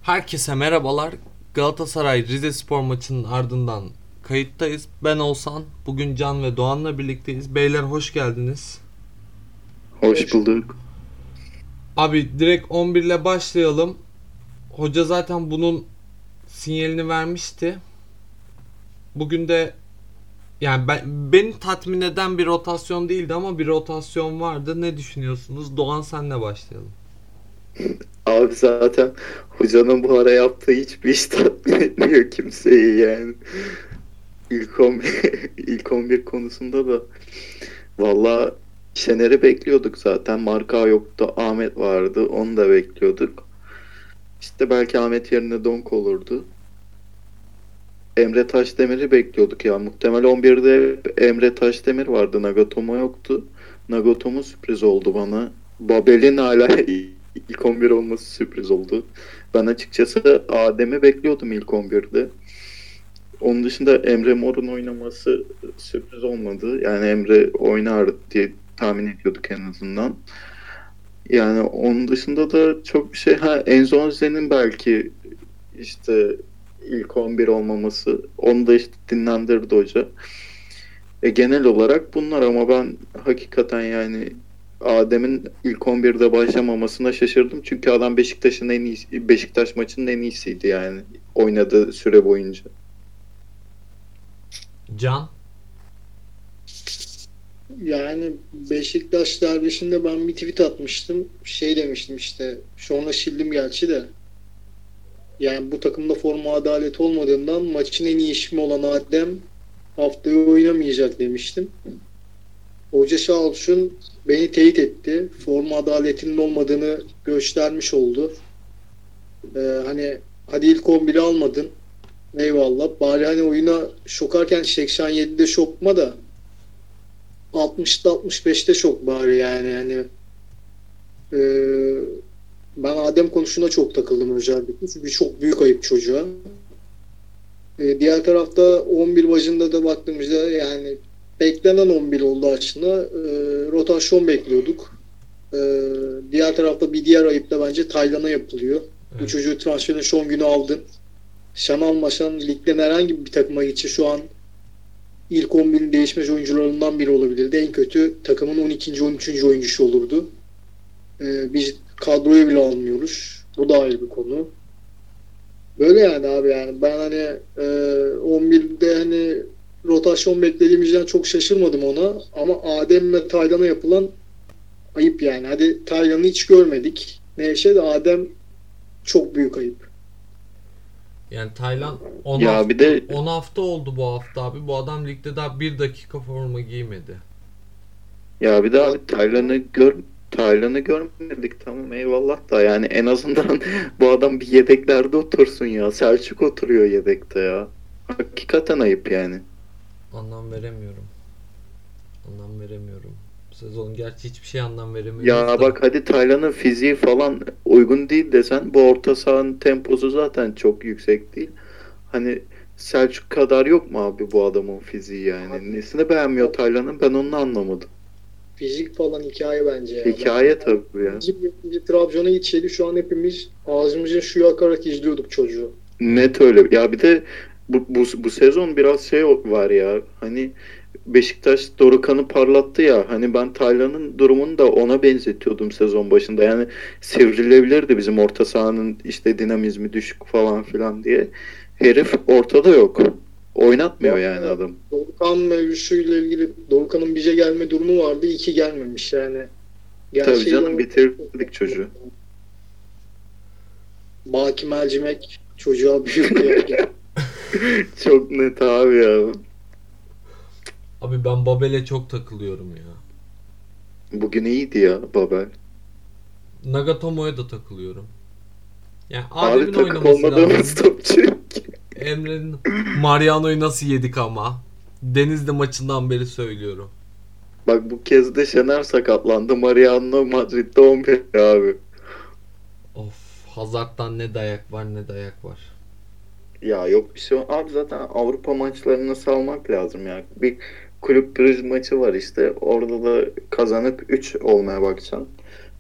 Herkese merhabalar. Galatasaray Rizespor maçının ardından kayıttayız. Ben Oğuzhan. Bugün Can ve Doğan'la birlikteyiz. Beyler hoş geldiniz. Hoş bulduk. Abi direkt 11 ile başlayalım. Hoca zaten bunun sinyalini vermişti. Bugün de yani beni tatmin eden bir rotasyon değildi ama bir rotasyon vardı. Ne düşünüyorsunuz? Doğan senle başlayalım. Abi zaten hocanın bu ara yaptığı hiçbir iş tatmin etmiyor kimseyi yani. İlk 11, ilk 11 konusunda da valla Şener'i bekliyorduk zaten. Marka yoktu. Ahmet vardı. Onu da bekliyorduk. İşte belki Ahmet yerine Donk olurdu. Emre Taşdemir'i bekliyorduk ya. Muhtemel 11'de Emre Taşdemir vardı. Nagatomo yoktu. Nagatomo sürpriz oldu bana. Babel'in hala ilk 11 olması sürpriz oldu. Ben açıkçası Adem'i bekliyordum ilk 11'de. Onun dışında Emre Mor'un oynaması sürpriz olmadı. Yani Emre oynar diye tahmin ediyorduk en azından. Yani onun dışında da çok bir şey. Ha, Enzonzi'nin belki işte ilk 11 olmaması. Onu da işte dinlendirdi hoca. Genel olarak bunlar ama ben hakikaten yani Adem'in ilk 11'de başlamamasına şaşırdım. Çünkü adam Beşiktaş'ın en iyisi, Beşiktaş maçının en iyisiydi yani oynadığı süre boyunca. Can. Yani Beşiktaş derbisinde ben bir tweet atmıştım. Şey demiştim işte. Sonra sildim gerçi de. Yani bu takımda forma adalet olmadığından maçın en iyi ismi olan Adem haftaya oynamayacak demiştim. Hoca sağ olsun beni teyit etti. Forma adaletinin olmadığını göstermiş oldu. Hani hadi ilk 11'i almadın. Eyvallah. Bari hani oyuna şokarken 87'de şokma da 60'ta 65'te şok bari yani. Yani e, ben Adem konusunda çok takıldım özellikle. Çünkü çok büyük ayıp çocuğa. Diğer tarafta 11 başında da baktığımızda yani beklenen 11 oldu aslında. Rotasyon bekliyorduk. E, Diğer tarafta bir diğer ayıp da bence Taylan'a yapılıyor. Bu Evet. çocuğu transferin son günü aldın. Sen almasan ligden herhangi bir takıma gitse şu an ilk 11'in değişmez oyuncularından biri olabilirdi. En kötü takımın 12. 13. oyuncusu olurdu. Biz kadroya bile almıyoruz. Bu da ayrı bir konu. Böyle yani abi yani ben hani 11'de hani rotasyon beklediğimizden çok şaşırmadım ona ama Adem'le Taylan'a yapılan ayıp yani. Hadi Taylan'ı hiç görmedik. Neyse de Adem çok büyük ayıp. Yani Taylan 10 Ya bir hafta de 10 hafta oldu bu hafta abi. Bu adam ligde daha bir dakika forma giymedi. ya bir de abi Taylan'ı görmedik, tamam eyvallah da yani en azından bu adam bir yedeklerde otursun ya. Selçuk oturuyor yedekte ya. Hakikaten ayıp yani. Anlam veremiyorum. Anlam veremiyorum. Bu sezon gerçi hiçbir şey anlam veremiyoruz Ya da. bak hadi Taylan'ın fiziği falan uygun değil desen, bu orta sahanın temposu zaten çok yüksek değil. Hani Selçuk kadar yok mu abi bu adamın fiziği yani? Abi, Nesini beğenmiyor Taylan'ın, ben onu anlamadım. fizik falan hikaye bence ya. Ben Hikaye tabii ya. ikinci Trabzon'a gitseydi şu an hepimiz ağzımızın suyu akarak izliyorduk çocuğu. Evet. Net öyle. Ya bir de bu sezon biraz şey var ya. Hani Beşiktaş Dorukhan'ı parlattı ya. Hani ben Taylan'ın durumunu da ona benzetiyordum sezon başında. Yani sivrilebilirdi bizim orta sahanın işte dinamizmi düşük falan filan diye. Herif ortada yok. Bu Oynatmıyor yani arada adam. Dorukhan mevzusuyla ilgili Dorukhan'ın bize gelme durumu vardı. İyi ki gelmemiş yani. Tabii Gelseydi canım, onu bitirdik çocuğu. Baki Mercimek çocuğa büyük kıyak. Çok net abi ya. Abi ben Babel'e çok takılıyorum ya. Bugün iyiydi ya Babel. Nagatomo'ya da takılıyorum. Yani Abi Adem'in takık oynaması olmadığımız lazım. topçu. Emre'nin Mariano'yu nasıl yedik ama. Denizli maçından beri söylüyorum. Bak bu kez de Şener sakatlandı. Mariano Madrid'de 11 abi. Of, Hazard'dan ne dayak var ne dayak var. Ya yok bir şey. Abi zaten Avrupa maçlarını salmak lazım ya. Bir kulüp Brugge maçı var işte. Orada da kazanıp 3 olmaya bakacaksın.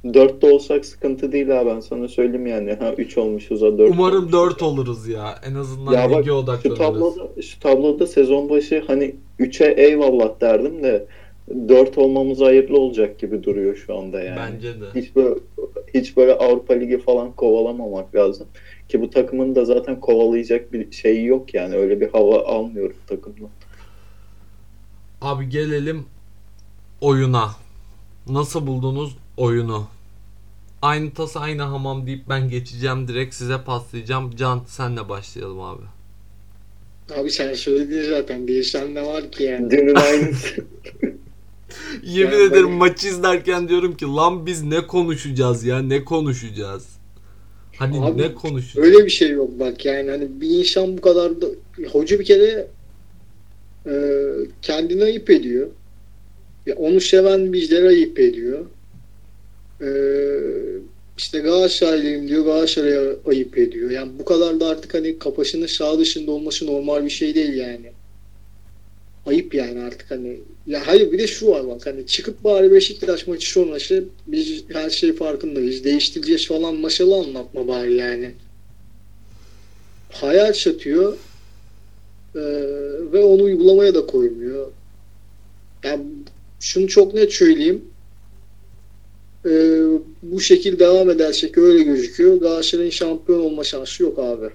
4 de olsak sıkıntı değil ha, ben sana söyleyeyim yani. Ha 3 olmuşuz, ha 4 Umarım olmuşuz. 4 oluruz ya. En azından Ya bak lige odaklanırız. şu tabloda sezon başı hani 3'e eyvallah derdim de 4 olmamız hayırlı olacak gibi duruyor şu anda yani. Bence de. Hiç böyle Avrupa Ligi falan kovalamamak lazım. Ki bu takımın da zaten kovalayacak bir şeyi yok yani. Öyle bir hava almıyorum takımdan. Abi gelelim oyuna. Nasıl buldunuz oyunu? Aynı tas aynı hamam deyip ben geçeceğim, direkt size paslayacağım. Can, senle başlayalım abi. Abi sen söyledin zaten. Değişen ne var ki yani? Dünün aynısı. Yemin Yani ederim ben- maçı izlerken diyorum ki lan biz ne konuşacağız ya, ne konuşacağız? Hani Abi, ne konuşacağız? Öyle bir şey yok bak yani hani bir insan bu kadar da hoca bir kere kendini ayıp ediyor. Ya onu seven bizlere ayıp ediyor. E, işte Galatasaraylıyım diyor, Galatasaray'a ayıp ediyor. Yani bu kadar da artık hani kafasının sağ dışında olması normal bir şey değil yani. Ayıp yani artık hani. Ya hayır, bir de şu var bak, hani çıkıp bari Beşiktaş maçı sonrası biz her şey farkındayız, değiştireceğiz falan maşalı anlatma bari yani. Hayal satıyor e, ve onu uygulamaya da koymuyor. Yani şunu çok net söyleyeyim. E, bu şekil devam edersek öyle gözüküyor. Galatasaray'ın şampiyon olma şansı yok abi.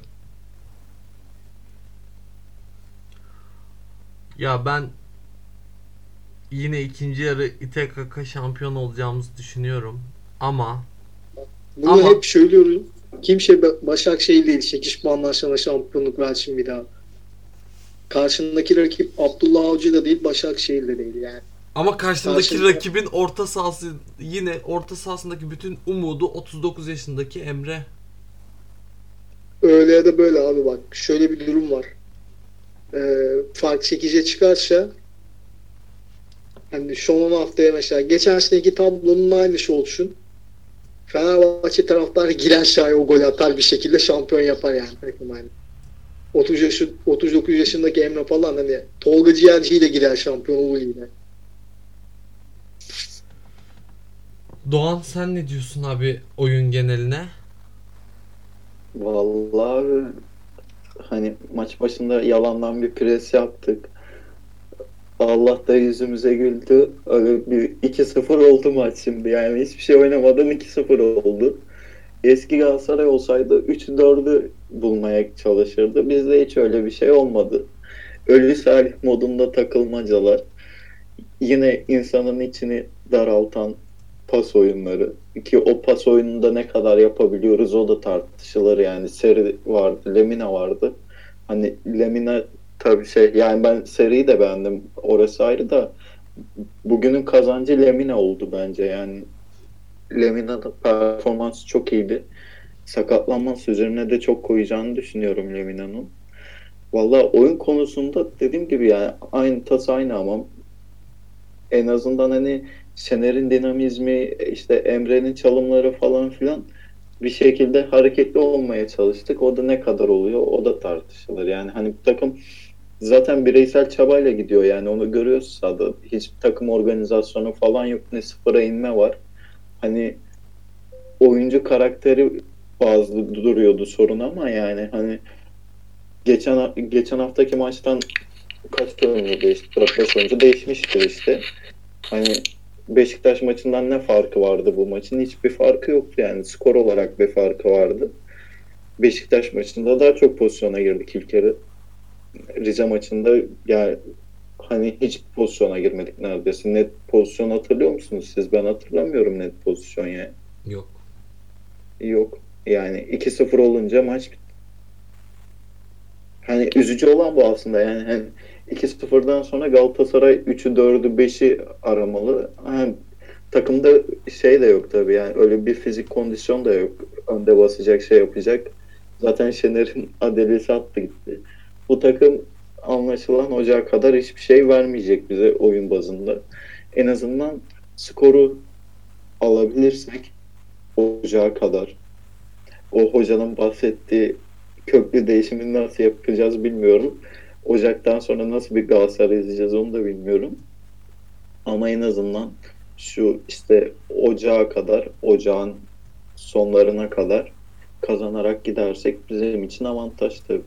Ya ben yine ikinci yarı ite kaka şampiyon olacağımızı düşünüyorum. Ama Bunu hep söylüyoruz. Kimse Başakşehir değil 8 puandan sonra şampiyonluk versin bir daha. Karşındaki rakip Abdullah Avcı da değil, Başakşehir de değil yani. karşımdaki Karşında- rakibin orta sahası, yine orta sahasındaki bütün umudu 39 yaşındaki Emre. Öyle ya da böyle abi bak. Şöyle bir durum var. Fark 8'e çıkarsa hani son 10 haftaya mesela geçen seneki tablonun aynısı olsun. Fenerbahçe taraftarı giren sahaya o gol atar bir şekilde şampiyon yapar yani. Yani 39 yaşındaki Emre falan hani Tolga Ciğerci ile girer şampiyon olur yine. Doğan, sen ne diyorsun abi oyun geneline? Vallahi hani maç başında yalandan bir pres yaptık. Allah da yüzümüze güldü. Öyle bir 2-0 oldu maç şimdi. Yani hiçbir şey oynamadan 2-0 oldu. Eski Galatasaray olsaydı 3-4'ü bulmaya çalışırdı. Bizde hiç öyle bir şey olmadı. Ölü Salih modunda takılmacalar. Yine insanın içini daraltan pas oyunları. Ki o pas oyununda ne kadar yapabiliyoruz o da tartışılır yani. Seri vardı, Lemina vardı. Hani Lemina tabii yani ben seriyi de beğendim. Orası ayrı da bugünün kazancı Lemina oldu bence yani. Lemina'nın performansı çok iyiydi. Sakatlanması üzerine de çok koyacağını düşünüyorum Lemina'nın. Valla oyun konusunda dediğim gibi yani aynı tas aynı ama en azından hani Şener'in dinamizmi, işte Emre'nin çalımları falan filan bir şekilde hareketli olmaya çalıştık. O da ne kadar oluyor o da tartışılır. Yani hani bu takım zaten bireysel çabayla gidiyor yani onu görüyoruz sahada. Hiçbir takım organizasyonu falan yok. Ne sıfıra inme var. Hani oyuncu karakteri bazı duruyordu sorun ama yani hani geçen haftaki maçtan kaç oyuncu değişti? 4-5 oyuncu değişmiştir işte. Hani Beşiktaş maçından ne farkı vardı bu maçın? Hiçbir farkı yoktu yani. Skor olarak bir farkı vardı. Beşiktaş maçında daha çok pozisyona girdik ilk yarı. Rize maçında yani hani hiç pozisyona girmedik neredeyse. Net pozisyon hatırlıyor musunuz siz? Ben hatırlamıyorum net pozisyon yani. Yok. Yok. Yani 2-0 olunca maç hani üzücü olan bu aslında yani hani 2-0'dan sonra Galatasaray 3'ü 4'ü 5'i aramalı. Yani takımda şey de yok tabii yani öyle bir fizik kondisyon da yok. Önde basacak şey yapacak. Zaten Şener'in adelesi attı gitti. Bu takım anlaşılan Ocağa kadar hiçbir şey vermeyecek bize oyun bazında. En azından skoru alabilirsek Ocağa kadar o hocanın bahsettiği köklü değişimi nasıl yapacağız bilmiyorum. Ocaktan sonra nasıl bir Galatasaray izleyeceğiz onu da bilmiyorum. Ama en azından şu işte ocağın sonlarına kadar kazanarak gidersek bizim için avantaj tabii.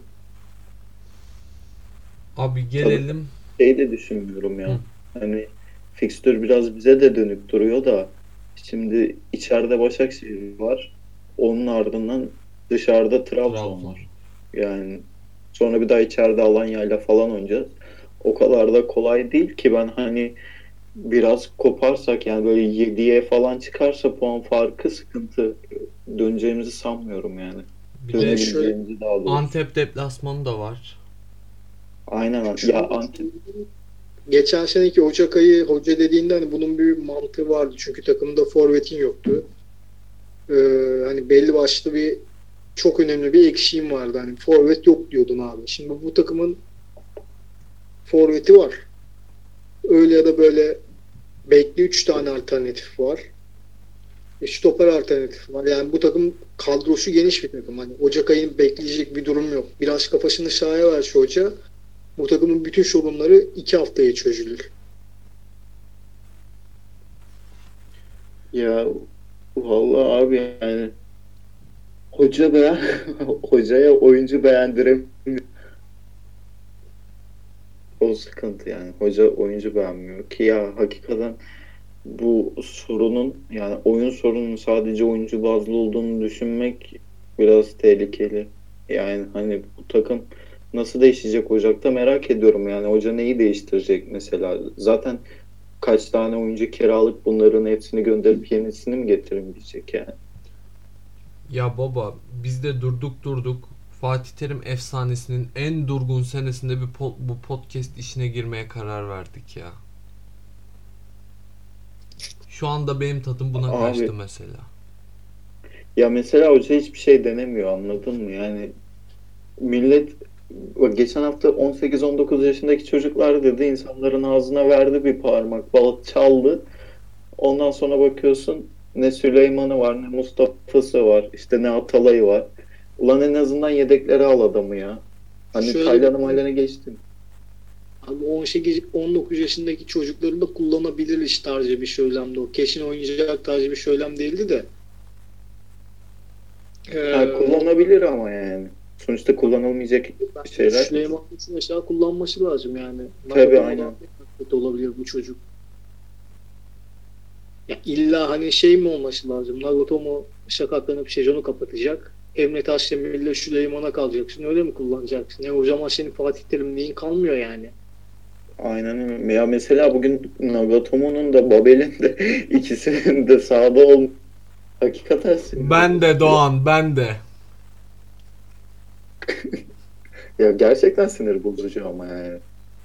Abi Tabii gelelim. şey de düşünmüyorum Hı, ya. Hani fikstür biraz bize de dönük duruyor da şimdi içeride Başakşehir var. Onun ardından dışarıda Trabzon Trabzon. var. Yani sonra bir daha içeride Alanya'yla falan oynayacağız. O kadar da kolay değil ki ben hani biraz koparsak yani böyle 7'ye falan çıkarsa puan farkı sıkıntı. Döneceğimizi sanmıyorum yani. Bir Ama de şöyle Dönebileceğimizi daha doğrusu. Antep deplasmanı da var. Aynen. Ya şöyle Antep geçen seneki Ocak ayı hoca dediğinde hani bunun bir mantığı vardı. Çünkü takımda forvetin yoktu. Ee, Hani belli başlı bir çok önemli bir eksiğim vardı. Hani forvet yok diyordun abi. Şimdi bu takımın forveti var. Öyle ya da böyle bekli 3 tane alternatif var. Stoper alternatifi var. Yani bu takım kadrosu geniş bir takım. Hani Ocak ayını bekleyecek bir durum yok. Biraz kafasını sahaya verse hoca bu takımın bütün sorunları 2 haftaya çözülür. ya vallahi abi yani hoca beğen hocaya oyuncu beğendiremiyor. O sıkıntı yani. Hoca oyuncu beğenmiyor ki ya hakikaten bu sorunun yani oyun sorunun sadece oyuncu bazlı olduğunu düşünmek biraz tehlikeli. Yani hani bu takım nasıl değişecek Ocak'ta merak ediyorum yani. Hoca neyi değiştirecek mesela? Zaten kaç tane oyuncu kiralık bunların hepsini gönderip yenisini mi getirin diyecek yani. Ya baba biz de durduk Fatih Terim efsanesinin en durgun senesinde bu podcast işine girmeye karar verdik ya. Şu anda benim tadım buna kaçtı Abi mesela. ya mesela hoca hiçbir şey denemiyor anladın mı? Yani millet bak geçen hafta 18-19 yaşındaki çocuklar dedi insanların ağzına verdi bir parmak bal çaldı. Ondan sonra bakıyorsun ne Süleyman'ı var ne Mustafa'sı var işte ne Atalay'ı var. Ulan en azından yedekleri al adamı ya. Hani Şöyle bir Taylan'ı Maylan'ı geçtim. abi 18-19 yaşındaki çocukları da kullanabilir iş tarzı bir söylemdi o. Kesin oynayacak tarzı bir söylem değildi de. Ha, Ee, kullanabilir ama yani. Sonuçta kullanılmayacak Bence şeyler. Süleyman'ın mesela kullanması lazım yani. Tabii Nagatomo'dan aynen. kötü olabilir bu çocuk. Ya illa hani şey mi olması lazım? Nagatomo sakatlanıp sezonu kapatacak. Emre Taşdemir'le Süleyman'a kalacaksın. Öyle mi kullanacaksın? O zaman senin Fatih Terim neyin kalmıyor yani. Aynen öyle. Ya mesela bugün Nagatomo'nun da Babel'in de ikisinin de sahada hakikaten sinir Ben de bozucu ya. Doğan, ben de. Ya gerçekten sinir bozucu ama yani.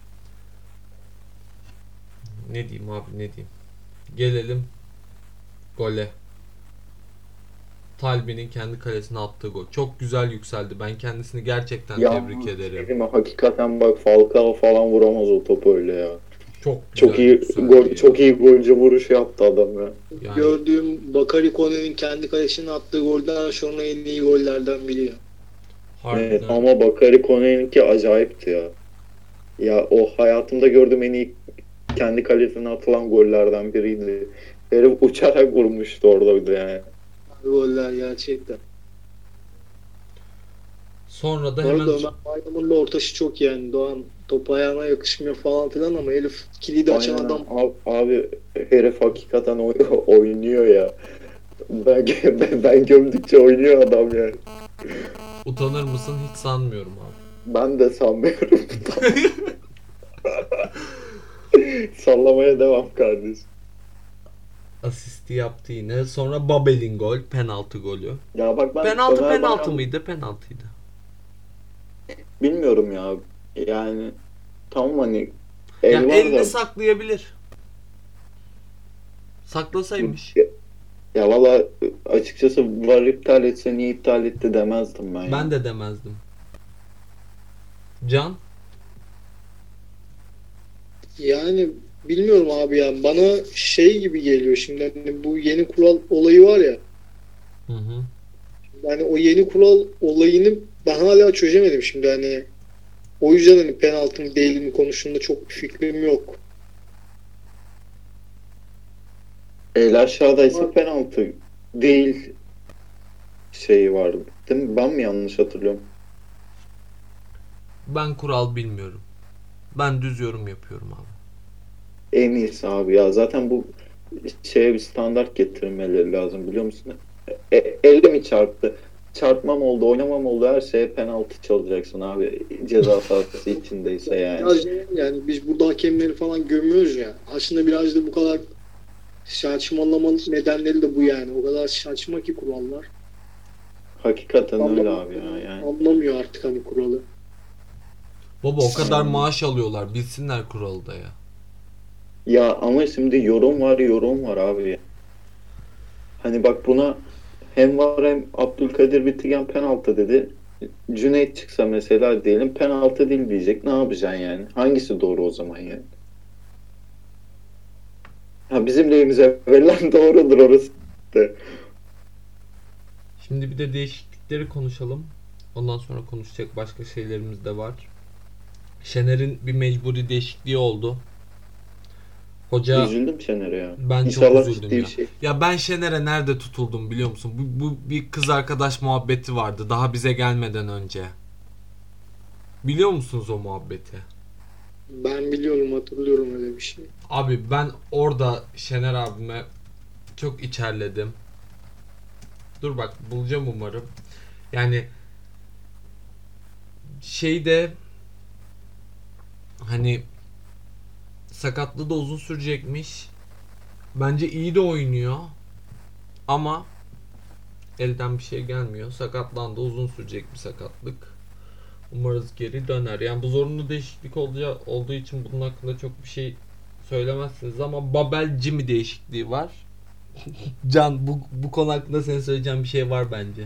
Ne diyeyim abi, ne diyeyim. Gelelim gole. Talbi'nin kendi kalesine attığı gol. Çok güzel yükseldi. Ben kendisini gerçekten tebrik Yalnız ederim. şey mi hakikaten bak Falcao falan vuramaz o topu öyle ya. Çok Çok güzel iyi yükseldi ya. çok iyi golcü vuruşu yaptı adam ya. Yani Gördüğüm Bakary Kone'nin kendi kalesine attığı golden sonra en iyi gollerden biri. Evet harbiden ama Bakary Kone'ninki acayipti ya. Ya o hayatımda gördüğüm en iyi kendi kalesine atılan gollerden biriydi. Herif uçarak vurmuştu orada bir de yani. Goller gerçekten. sonra da Bu hemen arada Ömer Bayram'ın da ortası çok yani. Doğan top ayağına yakışmıyor falan filan ama herif kilidi açan Aynen adam. abi herif hakikaten oynuyor ya. Ben gömdükçe oynuyor adam yani. utanır mısın hiç sanmıyorum abi. Ben de sanmıyorum. Sallamaya devam kardeşim. Asisti yaptı yine. Sonra Babel'in gol. Penaltı golü. Ya bak ben Ömer Penaltı Bayram mıydı? Penaltıydı. bilmiyorum ya. Yani tamam hani Ya el var elini da saklayabilir. Saklasaymış. ya valla açıkçası var iptal etse niye iptal etti demezdim ben Ben ya. de demezdim. Can? Yani bilmiyorum abi yani bana şey gibi geliyor şimdi hani bu yeni kural olayı var ya. Hı hı. Yani o yeni kural olayını ben hala çözemedim şimdi hani o yüzden hani penaltı mı değil mi konusunda çok bir fikrim yok. El aşağıdaysa penaltı değil şeyi var. Değil mi? Ben mi yanlış hatırlıyorum? Ben kural bilmiyorum. Ben düz yorum yapıyorum abi. En iyisi abi ya. Zaten bu şeye bir standart getirmeleri lazım biliyor musun? Elle mi çarptı? Çarpmam oldu, oynamam oldu her şeye penaltı çalacaksın abi. Ceza sahası içindeyse yani. Biraz yani biz burada hakemleri falan gömüyoruz ya. Aslında biraz da bu kadar saçmalamanın nedenleri de bu yani. O kadar saçma ki kurallar. Hakikaten öyle abi ya. Yani. Anlamıyor artık hani kuralı. Baba o kadar maaş alıyorlar. Bilsinler kuralı da ya. Ya ama şimdi yorum var abi. Hani bak buna hem var hem Abdülkadir Bitigen penaltı dedi. Cüneyt çıksa mesela diyelim penaltı değil diyecek. Ne yapacaksın yani? Hangisi doğru o zaman yani? Ha, bizim lehimize verilen doğrudur orası da. Şimdi bir de değişiklikleri konuşalım. Ondan sonra konuşacak başka şeylerimiz de var. Şener'in bir mecburi değişikliği oldu. Hoca Üzüldüm Şener'e ya. ben İnşallah çok üzüldüm ciddi ya. bir şey. Ya ben Şener'e nerede tutuldum biliyor musun? Bu bir kız arkadaş muhabbeti vardı daha bize gelmeden önce. Biliyor musunuz o muhabbeti? Ben biliyorum, hatırlıyorum öyle bir şey. Abi ben orada Şener abime çok içerledim. Dur bak bulacağım umarım. Yani şeyde hani sakatlığı da uzun sürecekmiş. Bence iyi de oynuyor. Ama elden bir şey gelmiyor. Sakatlandı. Uzun sürecek bir sakatlık. Umarız geri döner. Yani bu zorunlu değişiklik olduğu için bunun hakkında çok bir şey söylemezsiniz ama Babel Jimmy değişikliği var. Can bu konu hakkında senin söyleyeceğin bir şey var bence.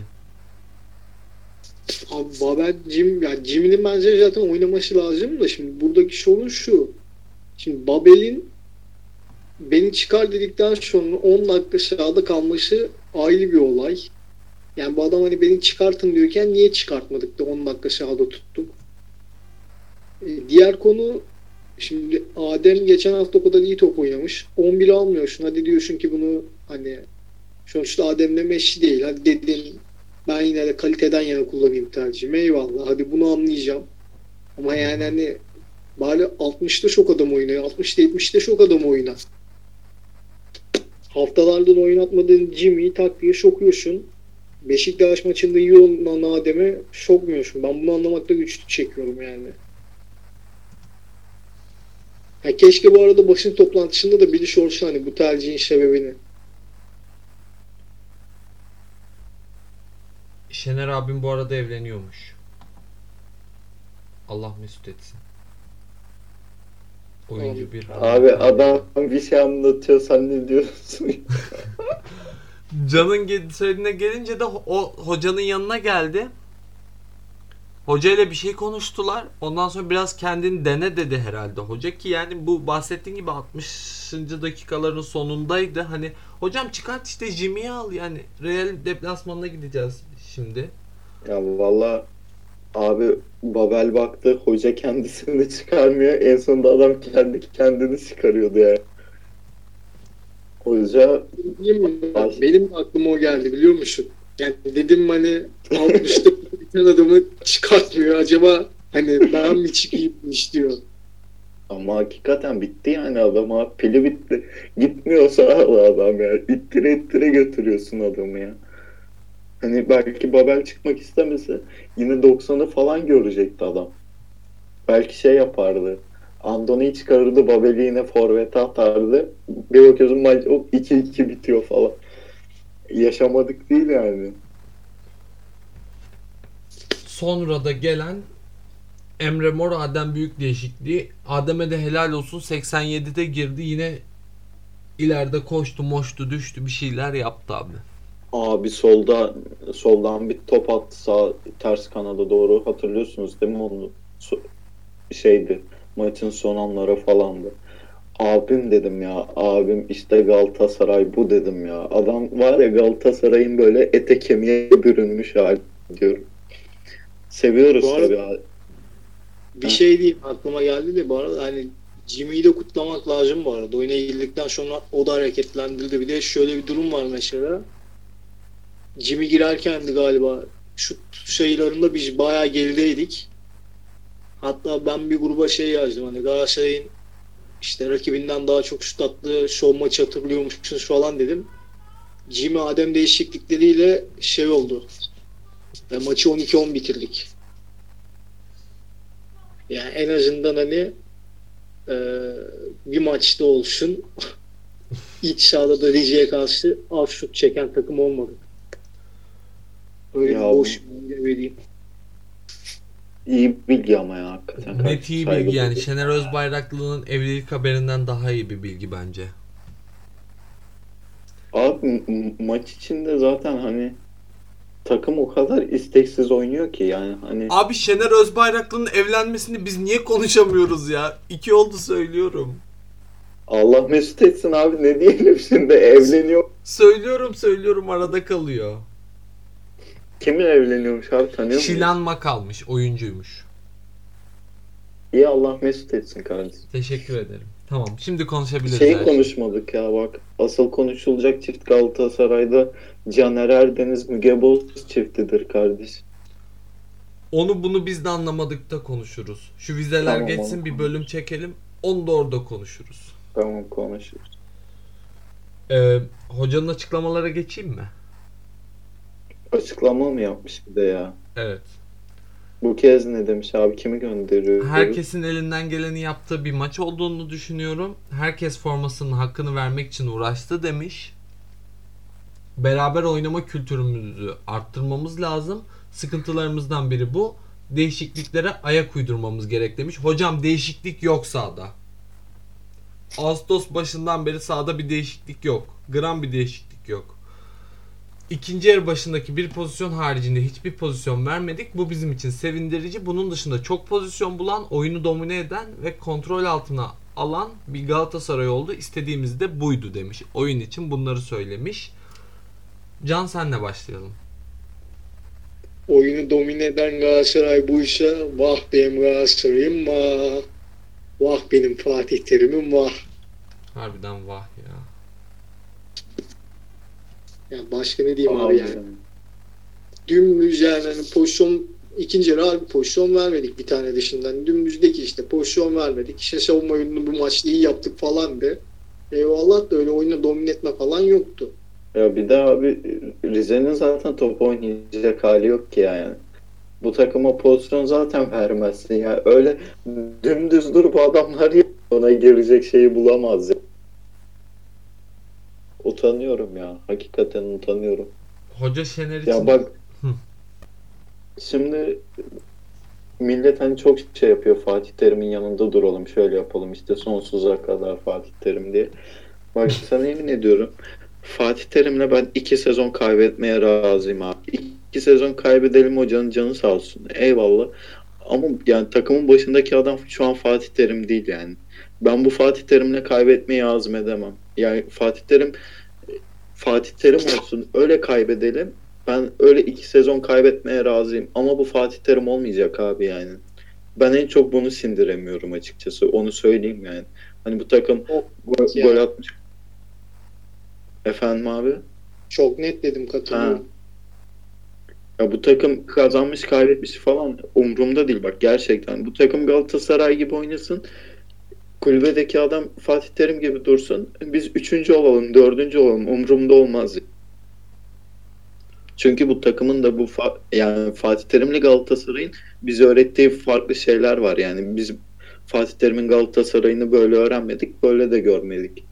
Abi Babel yani Jimmy'nin bence zaten oynaması lazım da şimdi buradaki sorun şu. Şimdi Babel'in beni çıkar dedikten sonra 10 dakika sahada kalması ayrı bir olay. Yani bu adam hani beni çıkartın diyorken niye çıkartmadık da 10 dakika sahada tuttuk. Diğer konu şimdi Adem geçen hafta o kadar iyi top oynamış. 11 almıyorsun. Hadi diyorsun ki bunu hani sonuçta Adem'le Messi değil. Hadi dedin ben yine de kaliteden yana kullanayım tercihimi. Eyvallah. Hadi bunu anlayacağım. Ama yani hani bari 60'ta çok adam oynuyor. 60'ta 70'te çok adam oynar. Haftalardır oynatmadığın Jimmy'yi tak diye şokuyorsun. Beşiktaş maçında iyi olan Adem'e şokmuyorsun. Ben bunu anlamakta güçlük çekiyorum yani. Ya keşke bu arada basın toplantısında da biri sorsa hani bu tercihin sebebini. Şener abim bu arada evleniyormuş. Allah mesut etsin. Oyuncu bir. Abi adam bir şey anlatıyor sen ne diyorsun? Can'ın söylediğine gelince de o hocanın yanına geldi. Hoca ile bir şey konuştular. Ondan sonra biraz kendini dene dedi herhalde hoca ki yani bu bahsettiğin gibi 60. dakikaların sonundaydı. Hani hocam çıkart işte Jimmy'yi al yani Real deplasmanına gideceğiz şimdi. Ya valla abi Babel baktı hoca kendisini çıkarmıyor. En sonunda adam kendi kendini çıkarıyordu ya. Hoca Benim de aklıma o geldi biliyor musun? Yani dedim hani 60'ta biten adamı çıkartmıyor. Acaba hani ben mi çıkayım istiyor. ama hakikaten bitti yani adam abi. Pili bitti. Gitmiyorsa adam ya. İttire ittire götürüyorsun adamı ya. Hani belki Babel çıkmak istemese yine 90'ı falan görecekti adam. Belki şey yapardı. Andoni'yi çıkarırdı, Babel'i yine forvete atardı. Bir bakıyorsun maç 2-2 bitiyor falan. Yaşamadık değil yani. Sonra da gelen Emre Mor Adem Büyük değişikliği. Adem'e de helal olsun 87'de girdi yine ileride koştu moştu düştü bir şeyler yaptı abi. Abi soldan bir top attı sağ ters kanada doğru hatırlıyorsunuz değil mi onu? Şeydi maçın son anları falandı. Abim dedim ya abim işte Galatasaray bu dedim ya. Adam var ya Galatasaray'ın böyle ete kemiğe bürünmüş hali diyorum. Seviyoruz Bu arada tabii abi. bir şey diyeyim aklıma geldi de bu arada hani Jimmy'yi de kutlamak lazım bu arada. Oyuna girdikten sonra o da hareketlendirdi. Bir de şöyle bir durum var mesela. Jimmy girerken de galiba şut sayılarında biz bayağı gerideydik. Hatta ben bir gruba şey yazdım. Hani Galatasaray'ın işte rakibinden daha çok şut attığı şov maçı hatırlıyormuşsunuz falan dedim. Jimmy Adem değişiklikleriyle şey oldu. Ve maçı 12-10 bitirdik. Yani en azından hani bir maçta olsun iç sahada da Rize'ye karşı az şut çeken takım olmadı. Öyle Ya bir boş bir vereyim. İyi bilgi ama ya hakikaten. Net iyi Saygı bilgi yani. duyuyorum. Şener Özbayraklı'nın evlilik haberinden daha iyi bir bilgi bence. Abi maç içinde zaten hani takım o kadar isteksiz oynuyor ki yani hani Abi Şener Özbayraklı'nın evlenmesini biz niye konuşamıyoruz ya? 2 oldu söylüyorum. Allah mesut etsin abi, ne diyelim şimdi, evleniyor. Söylüyorum arada kalıyor. Kimin evleniyormuş abi, tanıyor musun? Şilan Makal'mış, oyuncuymuş. İyi, Allah mesut etsin kardeşim. Teşekkür ederim. Tamam, şimdi konuşabiliriz. Şey her şeyi. konuşmadık ya bak. Asıl konuşulacak çift Galatasaray'da Caner Erdeniz Müge Boz çiftidir kardeş. Onu bunu biz de anlamadık da konuşuruz. Şu vizeler Tamam, geçsin, onu bir bölüm çekelim. Onu da orada konuşuruz. Tamam, konuşuruz. Hocanın açıklamalara geçeyim mi? Açıklama mı yapmış bir de ya? Evet. Bu kez ne demiş abi, kimi gönderiyor? Herkesin elinden geleni yaptığı bir maç olduğunu düşünüyorum. Herkes formasının hakkını vermek için uğraştı demiş. Beraber oynama kültürümüzü arttırmamız lazım. Sıkıntılarımızdan biri bu. Değişikliklere ayak uydurmamız gerek demiş. Hocam değişiklik yok sahada. Ağustos başından beri sahada bir değişiklik yok. Gram bir değişiklik yok. İkinci yarı başındaki bir pozisyon haricinde hiçbir pozisyon vermedik. Bu bizim için sevindirici. Bunun dışında çok pozisyon bulan, oyunu domine eden ve kontrol altına alan bir Galatasaray oldu. İstediğimiz de buydu demiş. Oyun için bunları söylemiş. Can, senle başlayalım. Oyunu domine eden Galatasaray bu işe vah benim Galatasaray'ım vah. Vah benim Fatih Terim'im vah. Harbiden vah ya. Ya başka ne diyeyim abi Abi yani. Dümdüz yani hani pozisyon ikinci yarı harbi pozisyon vermedik bir tane dışından. Dümdüzdeki işte pozisyon vermedik. İşte savunma oyununu bu maçta iyi yaptık falan de. Eyvallah da öyle oyunu domine etme falan yoktu. Ya bir de abi Rize'nin zaten top oynayacak hali yok ki yani. Bu takıma pozisyon zaten vermezsin ya. Öyle dümdüz dur, bu adamlar ya, ona girecek şeyi bulamaz ya. Utanıyorum ya. Hakikaten utanıyorum. Hoca Şener için... Ya bak Hı. şimdi millet hani çok şey yapıyor, Fatih Terim'in yanında duralım, şöyle yapalım işte sonsuza kadar Fatih Terim diye. Bak sana yemin ediyorum, Fatih Terim'le ben 2 sezon kaybetmeye razıyım abi. 2 sezon kaybedelim, hocanın canı sağ olsun. Eyvallah. Ama yani takımın başındaki adam şu an Fatih Terim değil yani. Ben bu Fatih Terim'le kaybetmeyi azmedemem. Yani Fatih Terim olsun, öyle kaybedelim. Ben öyle 2 sezon kaybetmeye razıyım. Ama bu Fatih Terim olmayacak abi yani. Ben en çok bunu sindiremiyorum açıkçası. Onu söyleyeyim yani. Hani bu takım gol atmış. Efendim abi? Çok net dedim, katılıyorum. Ya bu takım kazanmış kaybetmiş falan umurumda değil bak, gerçekten. Bu takım Galatasaray gibi oynasın. Kulübedeki adam Fatih Terim gibi dursun. Biz 3. olalım, 4. olalım. Umurumda olmaz. Çünkü bu takımın da yani Fatih Terim'le Galatasaray'ın bize öğrettiği farklı şeyler var. Yani biz Fatih Terim'in Galatasaray'ını böyle öğrenmedik, böyle de görmedik.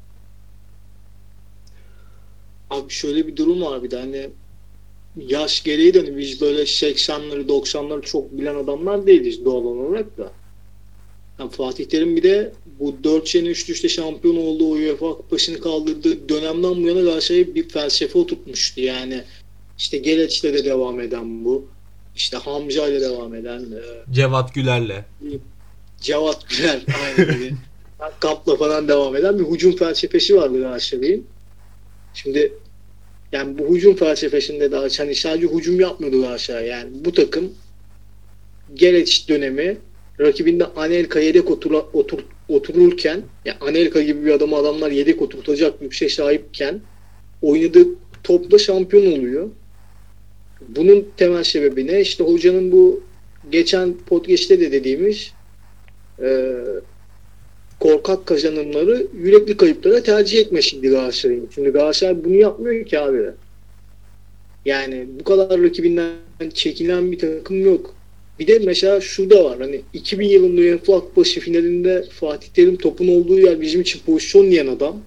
Abi şöyle bir durum var bir de hani yaş gereği de hani biz böyle 80'leri 90'ları çok bilen adamlar değiliz doğal olarak da. Yani Fatih Terim bir de bu 4 sene üst üste şampiyon olduğu, UEFA Kupası'nı kaldırdığı dönemden bu yana Galatasaray'a bir felsefe oturtmuştu. Yani işte Geleç'le de devam eden bu. İşte Hamza ile devam eden Cevat Güler'le. Cevat Güler aynı gibi. Kapla falan devam eden bir hücum felsefesi vardı Galatasaray'ın. Şimdi yani bu hücum felsefesinde daha hani sadece hücum yapmıyordu Galatasaray. Yani bu takım Geleç dönemi rakibinde Anelka'ya yedek otururken, ya Anelka gibi bir adamı adamlar yedek oturtacak lükse sahipken oynadığı topla şampiyon oluyor. Bunun temel sebebi ne? İşte hocanın bu geçen podcast'te de dediğimiz e, korkak kazanımları yürekli kayıplara tercih etme şimdi Galatasaray'ın. Şimdi Galatasaray bunu yapmıyor ki abi. Yani bu kadar rakibinden çekilen bir takım yok. Bir de mesela şu da var. Hani 2000 yılında UEFA Kupası finalinde Fatih Terim topun olduğu yer bizim için pozisyon diyen adam.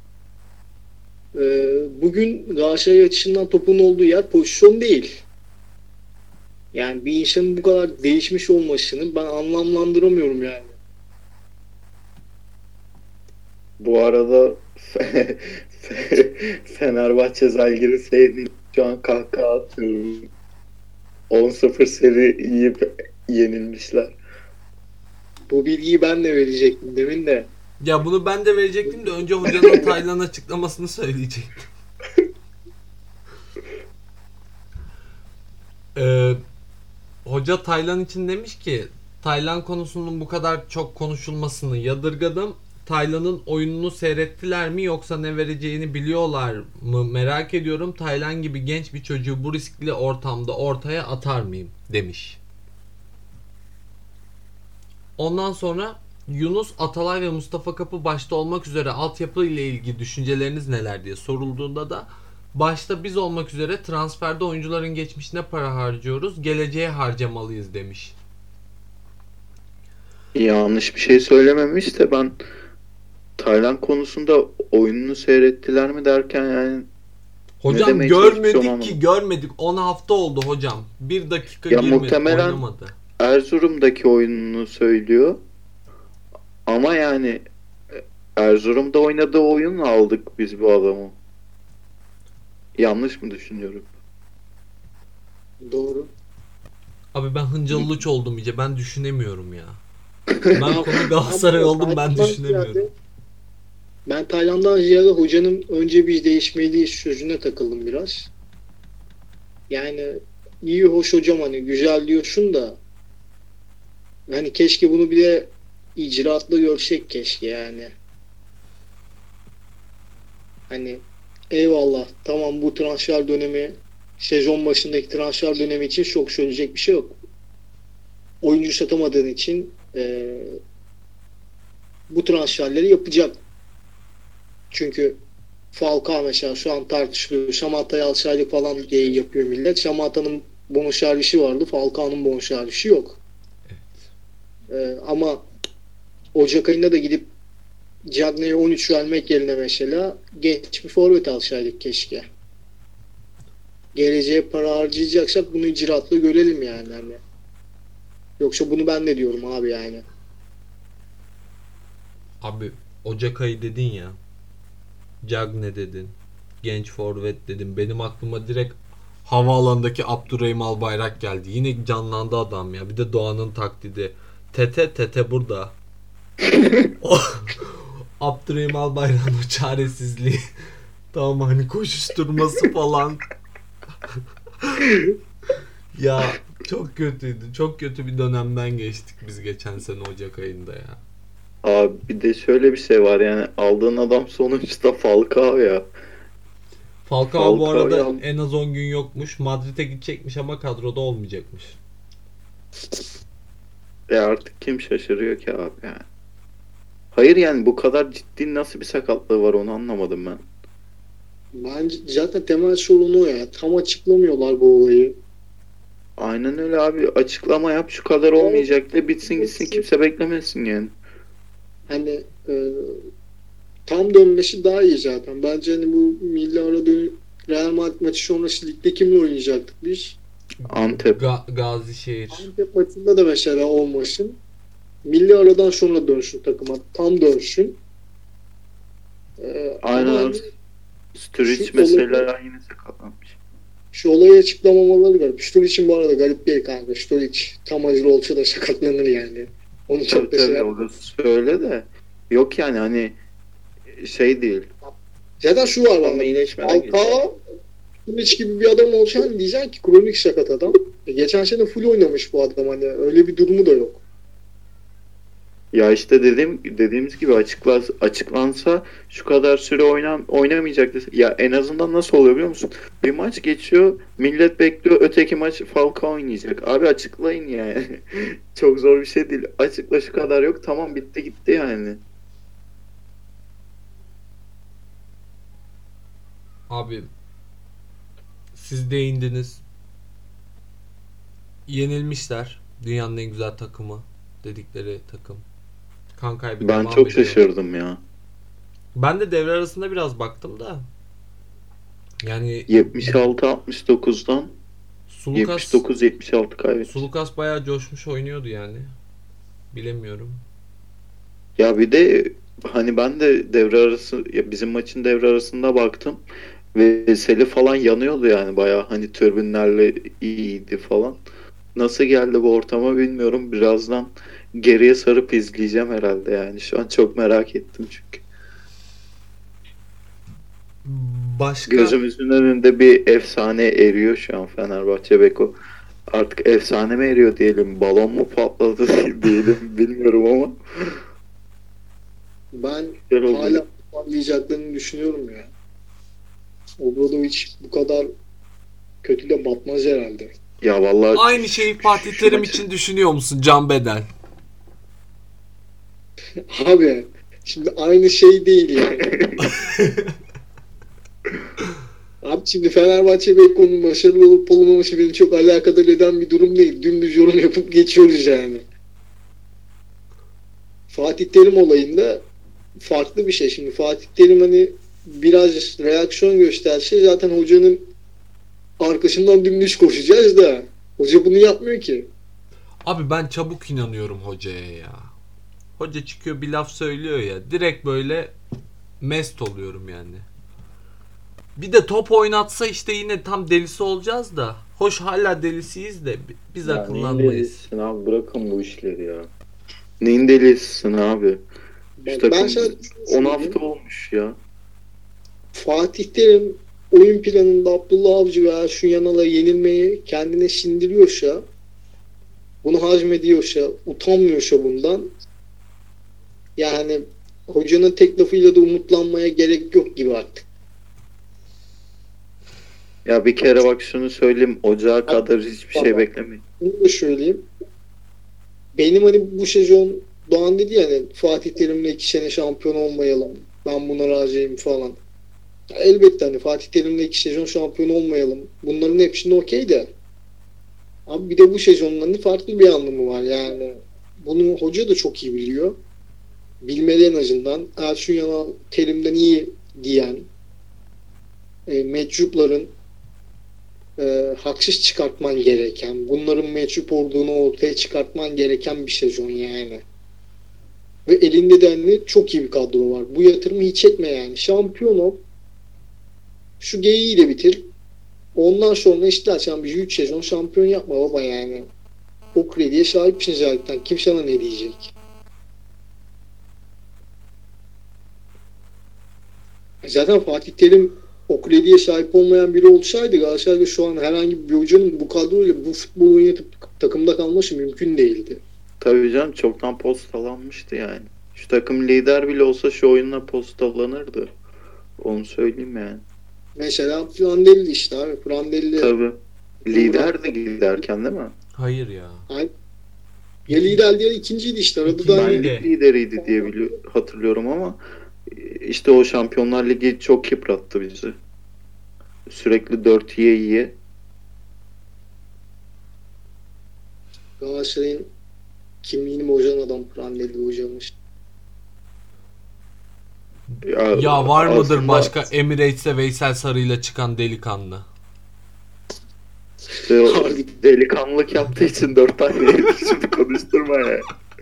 Bugün Galatasaray açısından topun olduğu yer pozisyon değil. Yani bir insanın bu kadar değişmiş olmasını ben anlamlandıramıyorum yani. Bu arada Fenerbahçe Zalgiris'e şu an kahkaha atıyorum. 10-0 seri yiyip yenilmişler. Bu bilgiyi ben de verecektim demin de. Ya bunu ben de verecektim de önce hocanın Taylan açıklamasını söyleyecektim. Hoca Taylan için demiş ki Taylan konusunun bu kadar çok konuşulmasını yadırgadım. Taylan'ın oyununu seyrettiler mi yoksa ne vereceğini biliyorlar mı merak ediyorum. Taylan gibi genç bir çocuğu bu riskli ortamda ortaya atar mıyım demiş. Ondan sonra Yunus, Atalay ve Mustafa Kapı başta olmak üzere altyapı ile ilgili düşünceleriniz neler diye sorulduğunda da başta biz olmak üzere transferde oyuncuların geçmişine para harcıyoruz, geleceğe harcamalıyız demiş. Yanlış bir şey söylememiş de ben Taylan konusunda oyununu seyrettiler mi derken yani Hocam görmedik. 10 hafta oldu hocam. 1 dakika ya girmedi, muhtemelen oynamadı. Erzurum'daki oyununu söylüyor. Ama yani Erzurum'da oynadığı oyunla aldık biz bu adamı. Yanlış mı düşünüyorum? Doğru. Abi ben Hıncalıç oldum iyice. Ben düşünemiyorum ya. Ben konu Galatasaray oldum, ben düşünemiyorum. Ben Tayland'dan ziyade hocanın önce bir değişmeliyiz sözüne takıldım biraz. Yani iyi hoş hocam hani güzel diyorsun da hani keşke bunu bir de icraatla görsek keşke yani. Hani eyvallah tamam bu transfer dönemi sezon başındaki transfer dönemi için çok söyleyecek bir şey yok. Oyuncu satamadığın için bu transferleri yapacak. Çünkü Falcao mesela şu an tartışılıyor. Şamata'yı alsaydık falan diye yapıyor millet. Şamata'nın bonservisi vardı. Falcao'nun bonservisi yok. Ama Ocak ayında da gidip Cagney'e 13 vermek yerine mesela genç bir forvet alsaydık keşke. Geleceğe para harcayacaksak bunu icraatla görelim yani. Hani. Yoksa bunu ben de diyorum abi yani. Abi Ocak ayı dedin ya. Cagne dedin. Genç forvet dedim. Benim aklıma direkt havaalanındaki Abdurrahim Albayrak geldi. Yine canlandı adam ya. Bir de Doğan'ın taklidi. Tete burada. Abdurrahim Albayrak'ın o çaresizliği. Tamam hani koşuşturması falan. Ya çok kötüydü. Çok kötü bir dönemden geçtik biz geçen sene Ocak ayında ya. Abi bir de şöyle bir şey var yani aldığın adam sonuçta Falcao ya. Falcao bu arada ya. en az 10 gün yokmuş. Madrid'e gidecekmiş ama kadroda olmayacakmış. Artık kim şaşırıyor ki abi yani. Hayır yani bu kadar ciddi nasıl bir sakatlığı var onu anlamadım ben. Bence zaten temel sorun o ya. Tam açıklamıyorlar bu olayı. Aynen öyle abi açıklama yap şu kadar olmayacak da bitsin gitsin kimse beklemesin yani. Hani tam dönmesi daha iyi zaten. Bence hani bu milli ara Real Madrid maçı sonrası ligde kimle oynayacaktık biz? Antep. Gazişehir. Antep maçında da mesela olmasın. Milli aradan sonra dönsün takıma. Tam dönsün. Aynen hani Sturridge mesela yine sakatlanmış. şu olayı açıklamamaları garip. Sturridge'in bu arada garip değil kanka. Sturridge tam acılı olsa da sakatlanır yani. Onu çok da şey o da söyle de. Yok yani hani şey değil. Zaten şu var Ama iyileşmeden Falcao Sturridge gibi bir adam olsa hani diyeceksin ki kronik sakat adam. Geçen sene full oynamış bu adam hani öyle bir durumu da yok. Ya işte dediğimiz gibi açıklansa şu kadar süre oynamayacak dese. Ya en azından nasıl oluyor biliyor musun? Bir maç geçiyor, millet bekliyor, öteki maç Falcao oynayacak. Abi açıklayın yani. Çok zor bir şey değil. Açıkla şu kadar yok, tamam bitti gitti yani. Abi siz değindiniz. Yenilmişler. Dünyanın en güzel takımı dedikleri takım. Kan kaybı Ben devam çok ediyor. şaşırdım ya. Ben de devre arasında biraz baktım da. Yani 76-69'dan Sulukas 79-76 kaybetmiş. Sulukas bayağı coşmuş oynuyordu yani. Bilemiyorum. Ya bir de hani ben de devre arası ya bizim maçın devre arasında baktım ve Seli falan yanıyordu yani bayağı hani türbinlerle iyiydi falan. Nasıl geldi bu ortama bilmiyorum. Birazdan geriye sarıp izleyeceğim herhalde yani. Şu an çok merak ettim çünkü. Başka Gözümüzün önünde bir efsane eriyor şu an Fenerbahçe Beko. Artık efsane mi eriyor diyelim, balon mu patladı diyelim bilmiyorum ama. Ben Güzel oldu. hala toparlayacaklarını düşünüyorum ya. Obradovic bu kadar kötü de batmaz herhalde. Ya vallahi aynı şeyi Fatih şu Terim maçı- için düşünüyor musun Can Bedel? Abi şimdi aynı şey değil yani. Abi şimdi Fenerbahçe Beyko'nun başarılı olup olmaması beni çok alakadar eden bir durum değil. Dümdüz yorum yapıp geçiyoruz yani. Fatih Terim olayında farklı bir şey. Şimdi Fatih Terim hani biraz reaksiyon gösterse zaten hocanın arkasından dümdüz koşacağız da hoca bunu yapmıyor ki. Abi ben çabuk inanıyorum hocaya ya. Hoca çıkıyor bir laf söylüyor ya. Direkt böyle mest oluyorum yani. Bir de top oynatsa işte yine tam delisi olacağız da. Hoş hala delisiyiz de biz Ya neyin akıllanmayız. delisisin abi, bırakın bu işleri ya. Neyin delisisin abi? Şu Ben takım şöyle 10 söyleyeyim. hafta olmuş ya. Fatih Terim oyun planında Abdullah Avcı ve Ersun Yanal'a yenilmeyi kendine sindiriyorsa, bunu hazmediyorsa, utanmıyorsa bundan, yani hocanın tek lafıyla da umutlanmaya gerek yok gibi artık. Ya bir kere bak şunu söyleyeyim. Ocağa kadar hiçbir şey beklemeyin. Bunu da söyleyeyim. Benim hani bu sezon Doğan dedi ya hani Fatih Terim'le 2 sene şampiyon olmayalım. Ben buna razıyım falan. Ya elbette hani Fatih Terim'le 2 sezon şampiyon olmayalım. Bunların hepsinde okey de. Abi bir de bu sezonların farklı bir anlamı var yani. Bunu hoca da çok iyi biliyor. Bilmeli en azından. Ersun Yanal Terim'den iyi diyen meczupların haksız çıkartman gereken, bunların meczup olduğunu ortaya çıkartman gereken bir sezon yani. Ve elinde de hani çok iyi bir kadro var. Bu yatırımı hiç etme yani. Şampiyon ol. Şu geyiği de bitir. Ondan sonra istersen bir 3 sezon şampiyon yapma baba yani. O krediye sahipsin zaten. Kim sana ne diyecek? Zaten Fatih Terim o krediye sahip olmayan biri olsaydı Galatasaray'da şu an herhangi bir oyuncunun bu kadroyla bu futbol oynatıp takımda kalması mümkün değildi. Tabii canım, çoktan postalanmıştı yani. Şu takım lider bile olsa şu oyunla postalanırdı. Onu söyleyeyim yani. Mesela Prandelli işte abi. Prandelli Tabii. Lider de giderken değil mi? Hayır ya. ya lider diye ikinciydi işte. Arada da Ben hani de. Lig lideriydi diye hatırlıyorum ama işte o Şampiyonlar Ligi çok yıprattı bizi. Sürekli 4 yiye. Galatasaray'ın kimliğini bozan adam Prandelli hocamız. Ya var mıdır aslında başka Emirates'e Veysel Sarı'yla çıkan delikanlı? işte o delikanlılık yaptığı için 4 tane yedi. Şimdi konuşturma ya.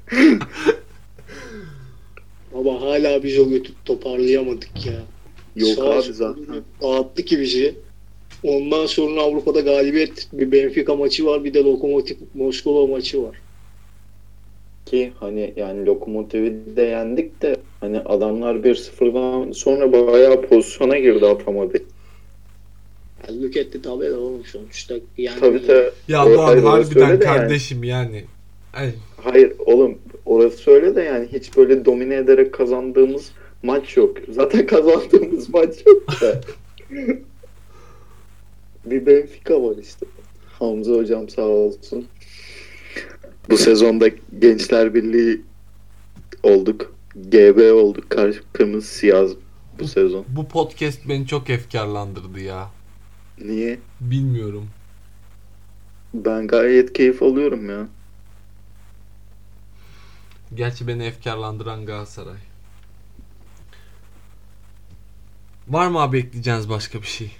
Ama hala biz o götü toparlayamadık ya. Yok Sağ abi olsun, zaten. dağıttı ki bizi. Ondan sonra Avrupa'da galibiyet, bir Benfica maçı var, bir de Lokomotiv Moskova maçı var. Ki hani yani Lokomotiv'i de yendik de hani adamlar 1-0'dan sonra bayağı pozisyona girdi, atamadı. Yani look at the tabela oğlum sonuçta. Yani Tabii tabii. Ya O- Doğan hayır, orası harbiden öyle de yani. kardeşim yani. Ay, Hayır oğlum, Orası öyle de yani hiç böyle domine ederek kazandığımız maç yok. Zaten kazandığımız maç yok da. Bir Benfica var işte. Hamza hocam sağ olsun. Bu sezonda Gençler Birliği olduk. GB olduk. Kırmızı siyah bu sezon. Bu podcast beni çok efkarlandırdı ya. Niye? Bilmiyorum. Ben gayet keyif alıyorum ya. Gerçi beni efkarlandıran Galatasaray. Var mı abi ekleyeceğiniz başka bir şey?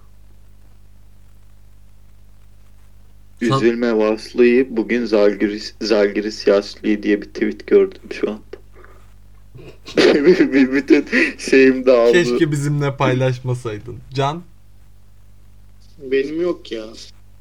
Üzülme Vaslı'yı bugün Zalgiris Yaslı'yı diye bir tweet gördüm şu anda. Bütün şeyim dağıldı. Keşke bizimle paylaşmasaydın. Can? Benim yok ya.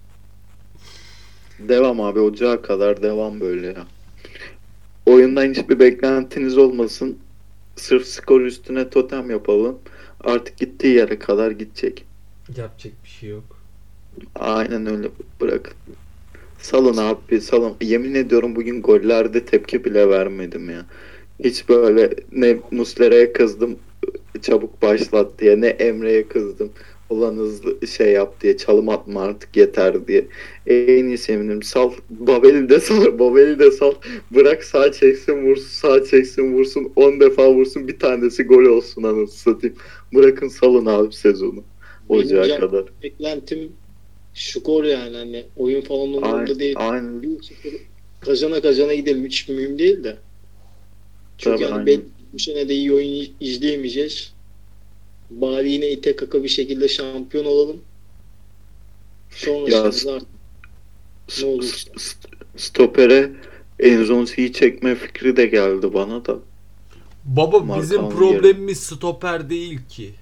Devam abi, ocağa kadar devam böyle ya. Oyundan hiçbir beklentiniz olmasın. Sırf skor üstüne totem yapalım. Artık gittiği yere kadar gidecek. Yapacak bir şey yok. Aynen öyle, bırakın. Salın abi, salın. Yemin ediyorum bugün gollerde tepki bile vermedim ya. Hiç böyle ne Muslera'ya kızdım çabuk başlat diye, ne Emre'ye kızdım ulan hızlı şey yap diye, çalım atma artık yeter diye. En iyisi eminim sal. Babel'i de sal. Babel'i de sal. Bırak sağ çeksin vursun. Sağ çeksin vursun. 10 defa vursun. Bir tanesi gol olsun anasını satayım. Bırakın salın abi sezonu. Ocağa kadar. Beklentim skor yani, hani oyun falan umurumda değil. Aynen. 1-0 kazana gidelim, hiç mühim değil de. Çünkü Tabii, yani aynen. bu sene de iyi oyun izleyemeyeceğiz. Bari yine ite kaka bir şekilde şampiyon olalım. Sonrasında artık ne olursa. Stopere Enzonzi'yi çekme fikri de geldi bana da. Baba bizim Markanın problemimiz stoper değil ki.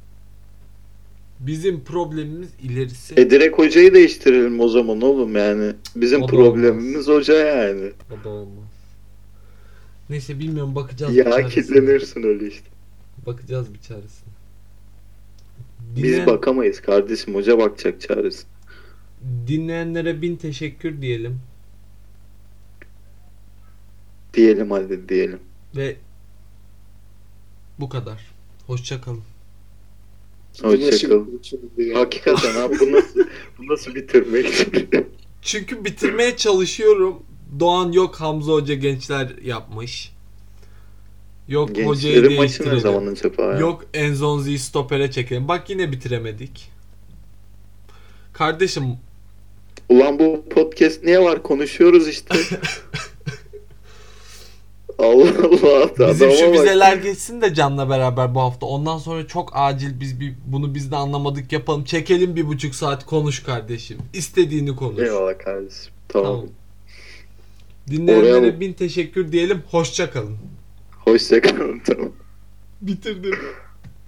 Bizim problemimiz ilerisi. Direkt hocayı değiştirelim o zaman oğlum yani. Bizim O da problemimiz hoca yani. O da olmaz. Neyse bilmiyorum, bakacağız. Ya bir çaresine. kitlenirsin öyle işte. Bakacağız bir çaresine. Biz bakamayız kardeşim, hoca bakacak çaresi. Dinleyenlere 1000 teşekkür diyelim. Diyelim hadi diyelim. Ve bu kadar. Hoşça kalın. Hoşçakal. Hakikaten abi bu nasıl bitirmek? Çünkü bitirmeye çalışıyorum. Doğan yok Hamza Hoca gençler yapmış. Yok hocayı Gençlerin maçı ne değiştirelim. zaman acaba ya? Yok Enzonzi'yi stopere çekelim. Bak yine bitiremedik. Kardeşim Ulan bu podcast niye var? Konuşuyoruz işte. Allah Allah. bizim şu adama bak. vizeler geçsin de Can'la beraber bu hafta. Ondan sonra çok acil bunu biz de anlamadık yapalım. Çekelim 1,5 saat, konuş kardeşim. İstediğini konuş. Eyvallah kardeşim. Tamam. Dinleyenlere Oraya 1000 teşekkür diyelim. Hoşça kalın. Hoşçakalın. Tamam. Bitirdim.